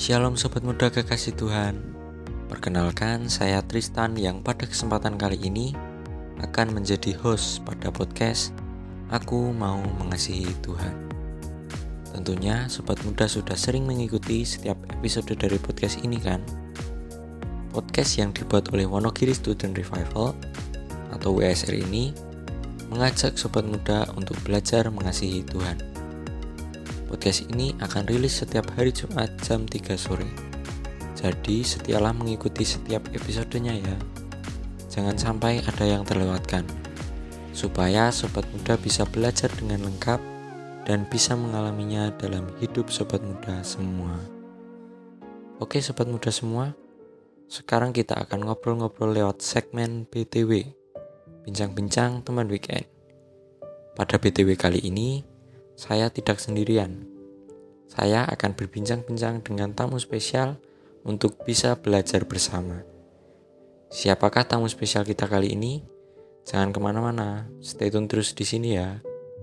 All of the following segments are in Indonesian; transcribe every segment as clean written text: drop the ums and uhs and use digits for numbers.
Shalom Sobat Muda Kekasih Tuhan. Perkenalkan, saya Tristan yang pada kesempatan kali ini akan menjadi host pada podcast Aku Mau Mengasihi Tuhan. Tentunya Sobat Muda sudah sering mengikuti setiap episode dari podcast ini kan? Podcast yang dibuat oleh Wonogiri Student Revival atau WSR ini mengajak Sobat Muda untuk belajar mengasihi Tuhan. Podcast ini akan rilis setiap hari Jumat jam 3 sore. Jadi setialah mengikuti setiap episodenya ya. Jangan sampai ada yang terlewatkan, supaya Sobat Muda bisa belajar dengan lengkap dan bisa mengalaminya dalam hidup Sobat Muda semua. Oke Sobat Muda semua, sekarang kita akan ngobrol-ngobrol lewat segmen BTW, Bincang-bincang Teman Weekend. Pada BTW kali ini, saya tidak sendirian. Saya akan berbincang-bincang dengan tamu spesial untuk bisa belajar bersama. Siapakah tamu spesial kita kali ini? Jangan kemana-mana, stay tune terus di sini ya.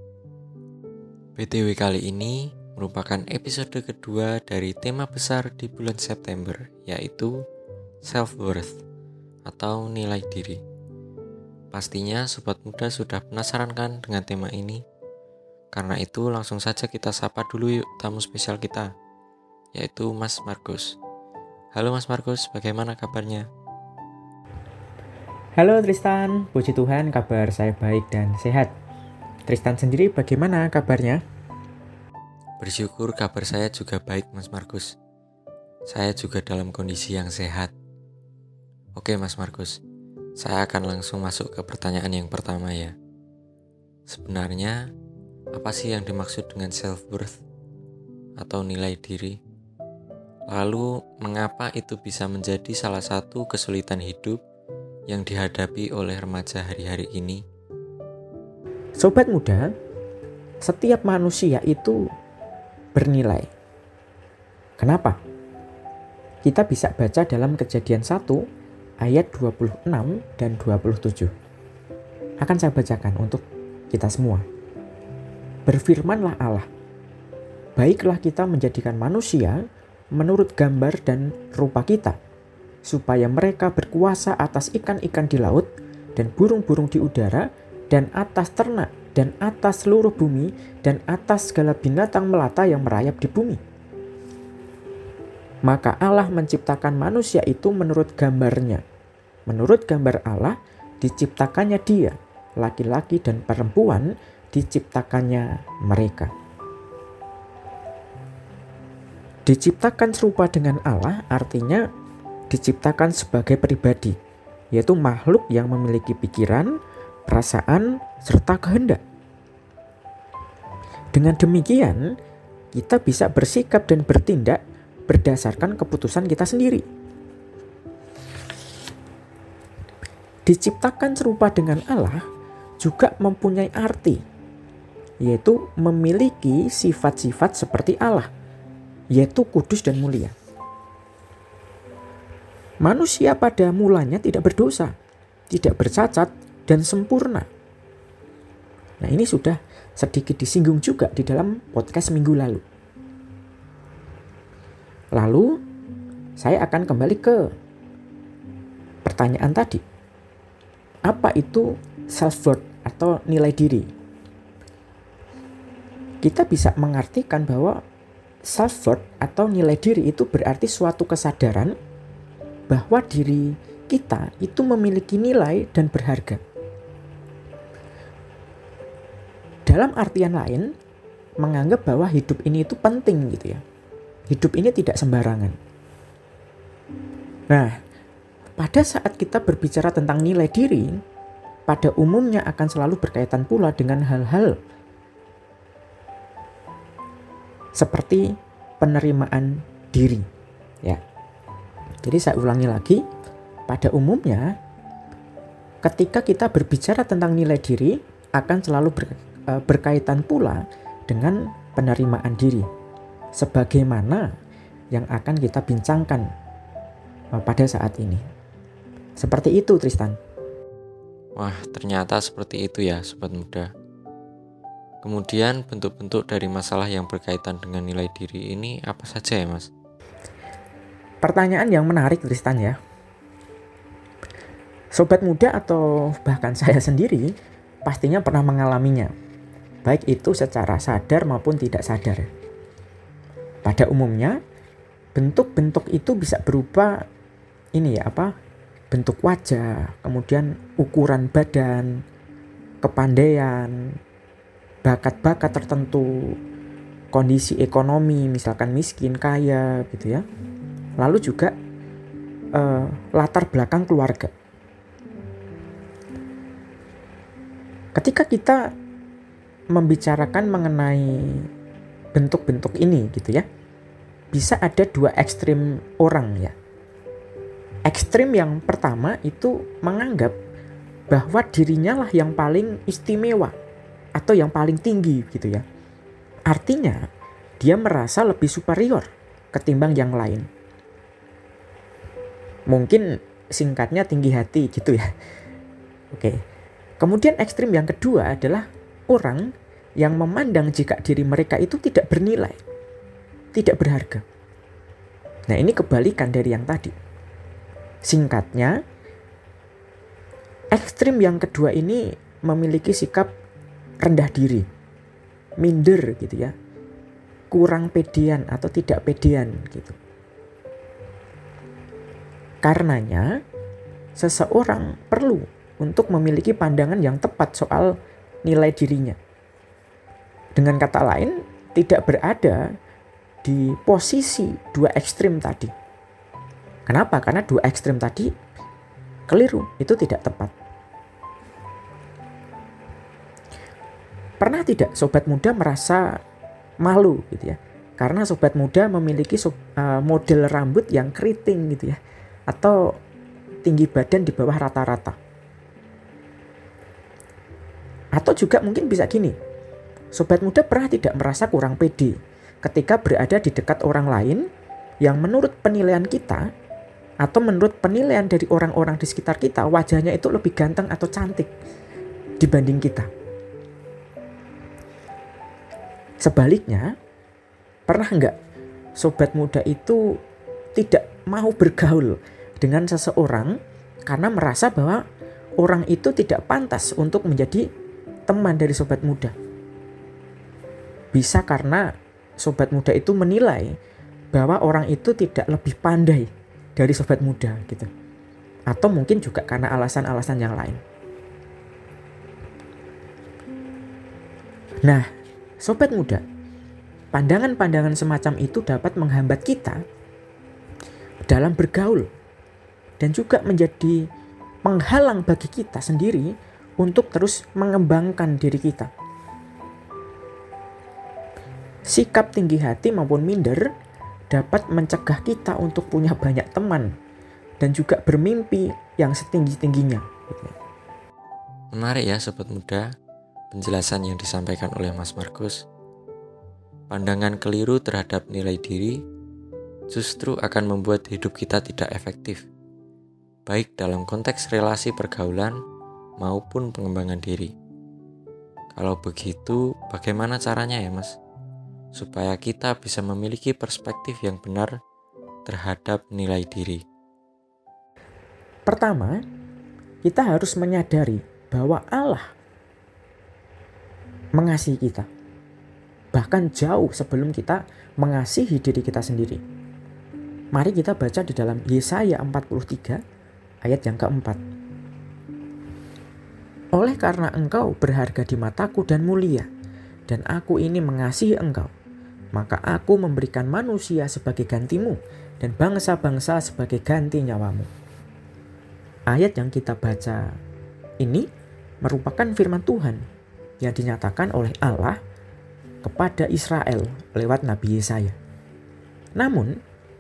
BTW kali ini merupakan episode kedua dari tema besar di bulan September, yaitu self-worth atau nilai diri. Pastinya Sobat Muda sudah penasaran kan dengan tema ini? Karena itu langsung saja kita sapa dulu yuk tamu spesial kita, yaitu Mas Markus. Halo Mas Markus, bagaimana kabarnya? Halo Tristan, puji Tuhan kabar saya baik dan sehat. Tristan sendiri bagaimana kabarnya? Bersyukur kabar saya juga baik Mas Markus. Saya juga dalam kondisi yang sehat. Oke Mas Markus, saya akan langsung masuk ke pertanyaan yang pertama ya. Sebenarnya apa sih yang dimaksud dengan self-worth atau nilai diri? Lalu, mengapa itu bisa menjadi salah satu kesulitan hidup yang dihadapi oleh remaja hari-hari ini? Sobat muda, setiap manusia itu bernilai. Kenapa? Kita bisa baca dalam Kejadian 1 ayat 26 dan 27. Akan saya bacakan untuk kita semua. Berfirmanlah Allah, baiklah kita menjadikan manusia menurut gambar dan rupa kita, supaya mereka berkuasa atas ikan-ikan di laut, dan burung-burung di udara, dan atas ternak, dan atas seluruh bumi, dan atas segala binatang melata yang merayap di bumi. Maka Allah menciptakan manusia itu menurut gambarnya. Menurut gambar Allah, diciptakannya dia, laki-laki dan perempuan, diciptakannya mereka. Diciptakan serupa dengan Allah artinya diciptakan sebagai pribadi, yaitu makhluk yang memiliki pikiran, perasaan, serta kehendak. Dengan demikian, kita bisa bersikap dan bertindak berdasarkan keputusan kita sendiri. Diciptakan serupa dengan Allah juga mempunyai arti, yaitu memiliki sifat-sifat seperti Allah, yaitu kudus dan mulia. Manusia pada mulanya tidak berdosa, tidak bercacat, dan sempurna. Nah, ini sudah sedikit disinggung juga di dalam podcast minggu lalu. Lalu, saya akan kembali ke pertanyaan tadi. Apa itu self-worth atau nilai diri? Kita bisa mengartikan bahwa self-worth atau nilai diri itu berarti suatu kesadaran bahwa diri kita itu memiliki nilai dan berharga. Dalam artian lain, menganggap bahwa hidup ini itu penting gitu ya. Hidup ini tidak sembarangan. Nah, pada saat kita berbicara tentang nilai diri, pada umumnya akan selalu berkaitan pula dengan hal-hal seperti penerimaan diri, ya. Jadi saya ulangi lagi, pada umumnya ketika kita berbicara tentang nilai diri akan selalu berkaitan pula dengan penerimaan diri, sebagaimana yang akan kita bincangkan pada saat ini. Seperti itu, Tristan. Wah, ternyata seperti itu ya Sobat Muda. Kemudian bentuk-bentuk dari masalah yang berkaitan dengan nilai diri ini apa saja ya Mas? Pertanyaan yang menarik Tristan ya. Sobat muda atau bahkan saya sendiri pastinya pernah mengalaminya. Baik itu secara sadar maupun tidak sadar. Pada umumnya, bentuk-bentuk itu bisa berupa bentuk wajah, kemudian ukuran badan, kepandaian, bakat-bakat tertentu, kondisi ekonomi, misalkan miskin, kaya gitu ya. Lalu juga latar belakang keluarga. Ketika kita membicarakan mengenai bentuk-bentuk ini gitu ya, bisa ada dua ekstrim orang ya. Ekstrim yang pertama itu menganggap bahwa dirinya lah yang paling istimewa atau yang paling tinggi gitu ya. Artinya dia merasa lebih superior ketimbang yang lain. Mungkin singkatnya tinggi hati gitu ya. Oke. Kemudian ekstrim yang kedua adalah orang yang memandang jika diri mereka itu tidak bernilai, tidak berharga. Nah, ini kebalikan dari yang tadi. Singkatnya, ekstrim yang kedua ini memiliki sikap rendah diri, minder gitu ya, kurang pedean atau tidak pedean gitu. Karenanya, seseorang perlu untuk memiliki pandangan yang tepat soal nilai dirinya. Dengan kata lain, tidak berada di posisi dua ekstrim tadi. Kenapa? Karena dua ekstrim tadi keliru, itu tidak tepat. Pernah tidak sobat muda merasa malu gitu ya? Karena sobat muda memiliki model rambut yang keriting gitu ya, atau tinggi badan di bawah rata-rata. Atau juga mungkin bisa gini, sobat muda pernah tidak merasa kurang pede ketika berada di dekat orang lain yang menurut penilaian kita atau menurut penilaian dari orang-orang di sekitar kita, wajahnya itu lebih ganteng atau cantik dibanding kita. Sebaliknya, pernah nggak sobat muda itu tidak mau bergaul dengan seseorang karena merasa bahwa orang itu tidak pantas untuk menjadi teman dari sobat muda? Bisa karena sobat muda itu menilai bahwa orang itu tidak lebih pandai dari sobat muda gitu. Atau mungkin juga karena alasan-alasan yang lain. Nah, sobat muda, pandangan-pandangan semacam itu dapat menghambat kita dalam bergaul dan juga menjadi penghalang bagi kita sendiri untuk terus mengembangkan diri kita. Sikap tinggi hati maupun minder dapat mencegah kita untuk punya banyak teman dan juga bermimpi yang setinggi-tingginya. Menarik ya sobat muda, penjelasan yang disampaikan oleh Mas Markus. Pandangan keliru terhadap nilai diri justru akan membuat hidup kita tidak efektif, baik dalam konteks relasi pergaulan maupun pengembangan diri. Kalau begitu, bagaimana caranya ya Mas? Supaya kita bisa memiliki perspektif yang benar terhadap nilai diri. Pertama, kita harus menyadari bahwa Allah mengasihi kita. Bahkan jauh sebelum kita mengasihi diri kita sendiri. Mari kita baca di dalam Yesaya 43 ayat yang keempat. Oleh karena engkau berharga di mataku dan mulia, dan aku ini mengasihi engkau, maka aku memberikan manusia sebagai gantimu dan bangsa-bangsa sebagai ganti nyawamu. Ayat yang kita baca ini merupakan firman Tuhan yang dinyatakan oleh Allah kepada Israel lewat Nabi Yesaya. Namun,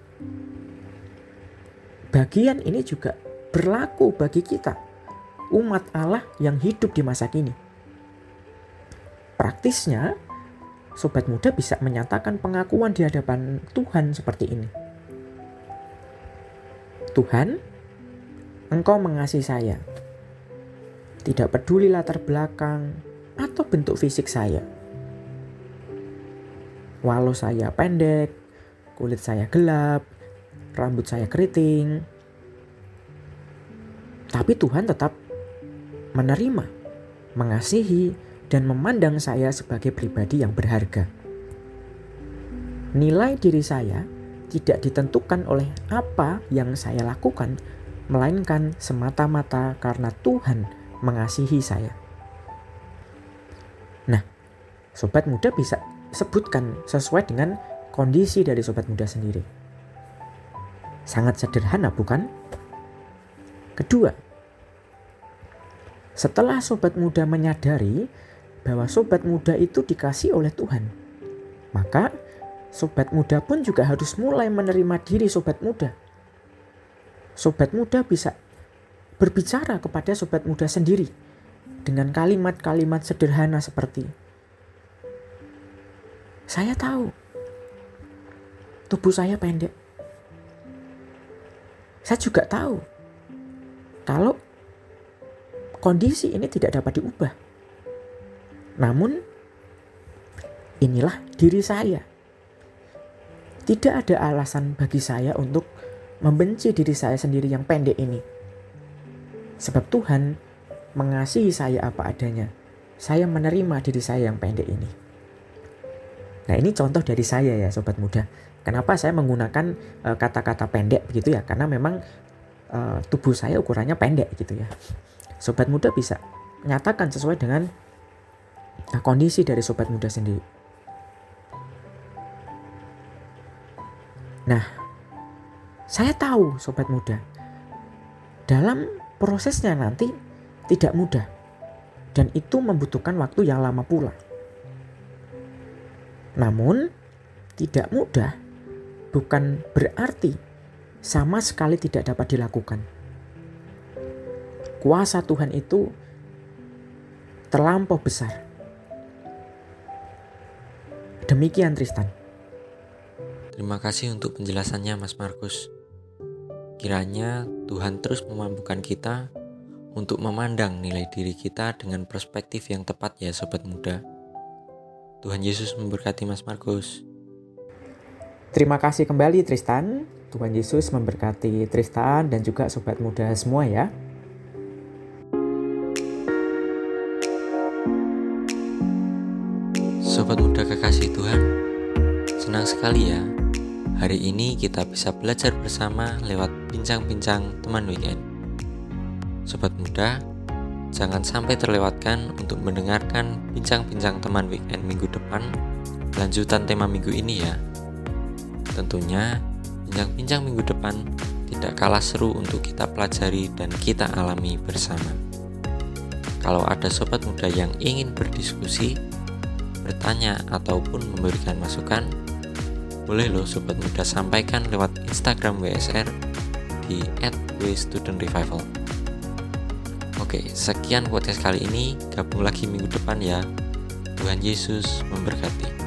bagian ini juga berlaku bagi kita, umat Allah yang hidup di masa kini. Praktisnya, sobat muda bisa menyatakan pengakuan di hadapan Tuhan seperti ini. Tuhan, engkau mengasihi saya. Tidak peduli latar belakang atau bentuk fisik saya. Walau saya pendek, kulit saya gelap, rambut saya keriting. Tapi Tuhan tetap menerima, mengasihi, dan memandang saya sebagai pribadi yang berharga. Nilai diri saya tidak ditentukan oleh apa yang saya lakukan, melainkan semata-mata karena Tuhan mengasihi saya. Nah, sobat muda bisa sebutkan sesuai dengan kondisi dari sobat muda sendiri. Sangat sederhana, bukan? Kedua, setelah sobat muda menyadari bahwa sobat muda itu dikasihi oleh Tuhan, maka sobat muda pun juga harus mulai menerima diri sobat muda. Sobat muda bisa berbicara kepada sobat muda sendiri dengan kalimat-kalimat sederhana seperti, saya tahu tubuh saya pendek. Saya juga tahu kalau kondisi ini tidak dapat diubah. Namun, inilah diri saya. Tidak ada alasan bagi saya untuk membenci diri saya sendiri yang pendek ini. Sebab Tuhan mengasihi saya apa adanya. Saya menerima diri saya yang pendek ini. Nah, ini contoh dari saya ya sobat muda. Kenapa saya menggunakan kata-kata pendek begitu ya? Karena memang tubuh saya ukurannya pendek gitu ya. Sobat muda bisa nyatakan sesuai dengan kondisi dari sobat muda sendiri. Nah, saya tahu sobat muda, dalam prosesnya nanti tidak mudah. Dan itu membutuhkan waktu yang lama pula. Namun, tidak mudah bukan berarti sama sekali tidak dapat dilakukan. Kuasa Tuhan itu terlampau besar. Demikian Tristan. Terima kasih untuk penjelasannya Mas Markus. Kiranya Tuhan terus memampukan kita untuk memandang nilai diri kita dengan perspektif yang tepat ya sobat muda. Tuhan Yesus memberkati Mas Markus. Terima kasih kembali Tristan. Tuhan Yesus memberkati Tristan dan juga sobat muda semua ya. Sobat muda kekasih Tuhan, senang sekali ya. Hari ini kita bisa belajar bersama lewat bincang-bincang teman weekend. Sobat muda, jangan sampai terlewatkan untuk mendengarkan bincang-bincang teman weekend minggu depan, lanjutan tema minggu ini ya. Tentunya, bincang-bincang minggu depan tidak kalah seru untuk kita pelajari dan kita alami bersama. Kalau ada sobat muda yang ingin berdiskusi, bertanya ataupun memberikan masukan, boleh loh sobat muda sampaikan lewat Instagram WSR di @WStudentRevival. Oke, sekian podcast kali ini. Gabung lagi minggu depan ya. Tuhan Yesus memberkati.